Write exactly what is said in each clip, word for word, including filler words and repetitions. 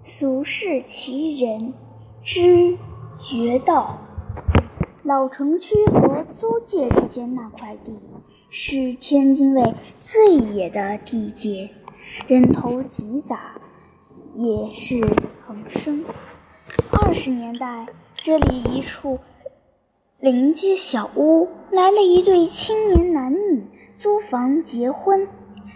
俗世奇人之绝道。老城区和租界之间那块地是天津卫最野的地界，人头挤杂，也是横生。二十年代，这里一处临街小屋来了一对青年男女租房结婚，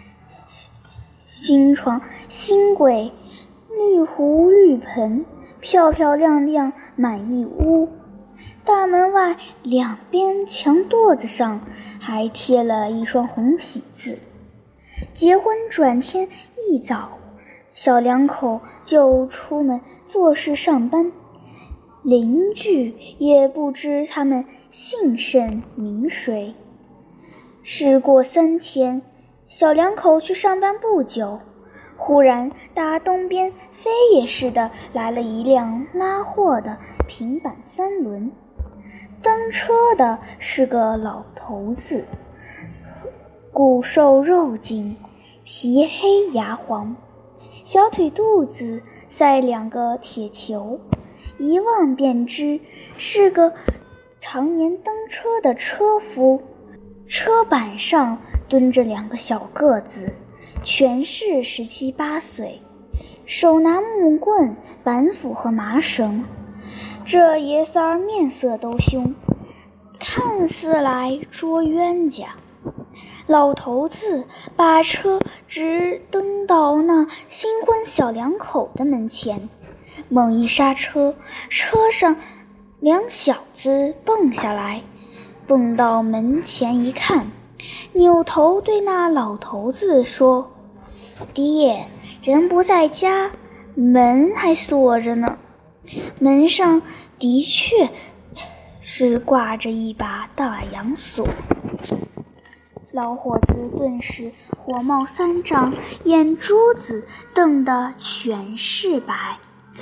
新床新柜，绿壶绿盆，漂漂亮亮满一屋。大门外两边墙垛子上还贴了一双红喜字。结婚转天一早，小两口就出门做事上班，邻居也不知他们姓甚名谁。事过三天，小两口去上班不久，忽然打东边飞也似的来了一辆拉货的平板三轮，登车的是个老头子，骨瘦肉紧，皮黑牙黄，小腿肚子塞两个铁球，一望便知是个常年登车的车夫。车板上蹲着两个小个子，全是十七八岁，手拿木棍、板斧和麻绳。这爷仨儿面色都凶，看似来捉冤家。老头子把车直蹬到那新婚小两口的门前，猛一刹车，车上两小子蹦下来，蹦到门前一看，扭头对那老头子说：“爹，人不在家，门还锁着呢。”门上的确是挂着一把大洋锁。老伙子顿时火冒三丈，眼珠子瞪得全是白，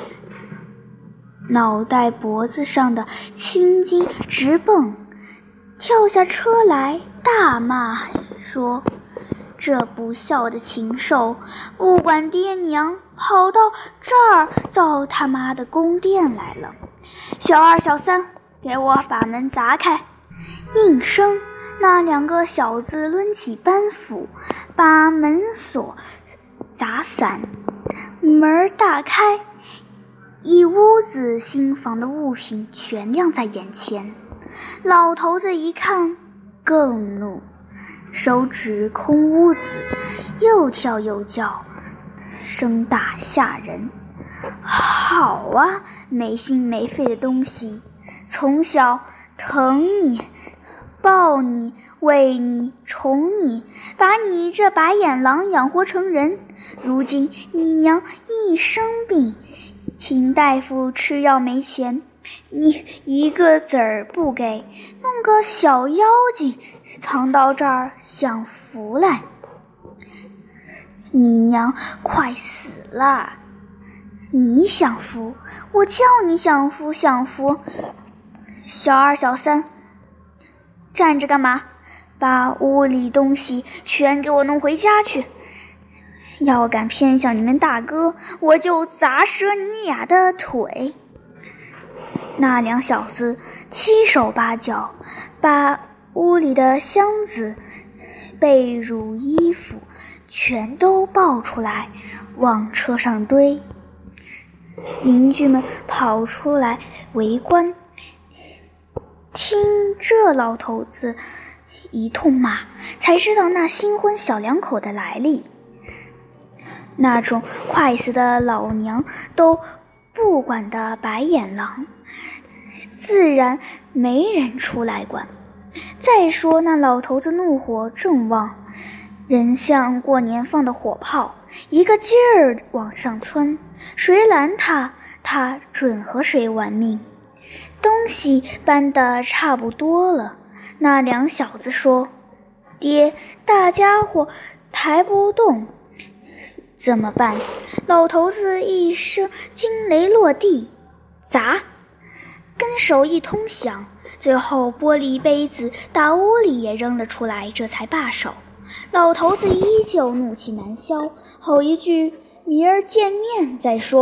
脑袋脖子上的青筋直蹦，跳下车来大骂说：“这不孝的禽兽，不管爹娘，跑到这儿造他妈的宫殿来了！小二小三，给我把门砸开！”应声，那两个小子抡起板斧，把门锁砸散，门大开，一屋子新房的物品全亮在眼前。老头子一看更怒，手指空屋子，又跳又叫，声大吓人。好啊，没心没肺的东西，从小疼你，抱你，喂你，宠你，把你这白眼狼养活成人，如今你娘一生病，请大夫吃药没钱，你一个子儿不给，弄个小妖精藏到这儿享福来，你娘快死了！你享福？我叫你享福享福！小二小三，站着干嘛？把屋里东西全给我弄回家去！要敢偏向你们大哥，我就砸折你俩的腿！那两小子七手八脚，把屋里的箱子、被褥、衣服全都抱出来往车上堆。邻居们跑出来围观，听这老头子一通骂，才知道那新婚小两口的来历。那种快死的老娘都不管的白眼狼，自然没人出来管。再说那老头子怒火正旺，人像过年放的火炮，一个劲儿往上窜，谁拦他，他准和谁玩命。东西搬得差不多了，那两小子说：“爹，大家伙抬不动，怎么办？”老头子一声惊雷落地，砸，跟手一通响，最后玻璃杯子打屋里也扔了出来，这才罢手。老头子依旧怒气难消，吼一句：“明儿见面再说。”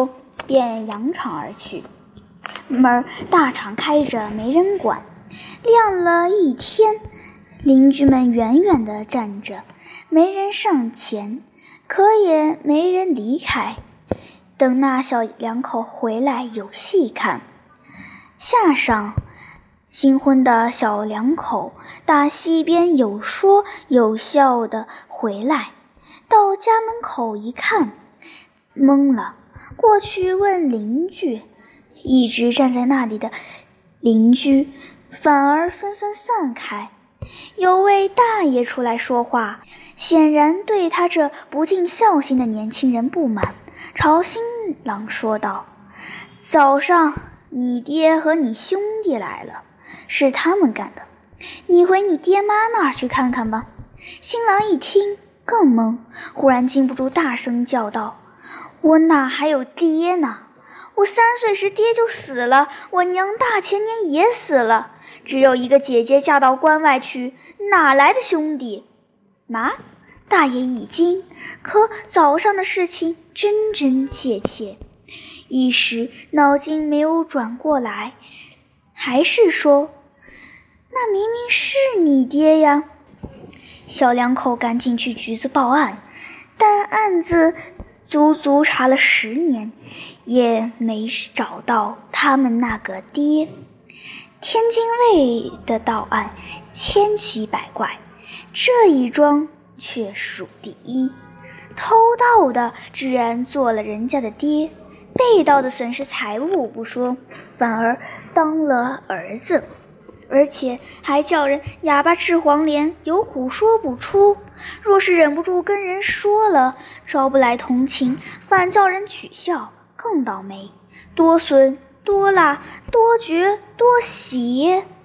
便扬长而去。门大敞开着，没人管。亮了一天，邻居们远远地站着，没人上前，可也没人离开，等那小两口回来有戏看。夏上，新婚的小两口打西边有说有笑地回来，到家门口一看，懵了，过去问邻居。一直站在那里的邻居反而纷纷散开。有位大爷出来说话，显然对他这不尽孝心的年轻人不满，朝新郎说道：早上你爹和你兄弟来了，是他们干的，你回你爹妈那儿去看看吧。新郎一听更懵，忽然禁不住大声叫道：我哪还有爹呢？我三岁时爹就死了，我娘大前年也死了，只有一个姐姐嫁到关外去，哪来的兄弟？妈，大爷一惊，可早上的事情真真切切，一时脑筋没有转过来，还是说：那明明是你爹呀。小两口赶紧去局子报案，但案子足足查了十年，也没找到他们那个爹。天津卫的到案千奇百怪，这一桩却数第一。偷盗的居然做了人家的爹，被盗的损失财物不说，反而当了儿子，而且还叫人哑巴吃黄连，有苦说不出。若是忍不住跟人说了，招不来同情，反叫人取笑，更倒霉。多损多辣多绝多喜。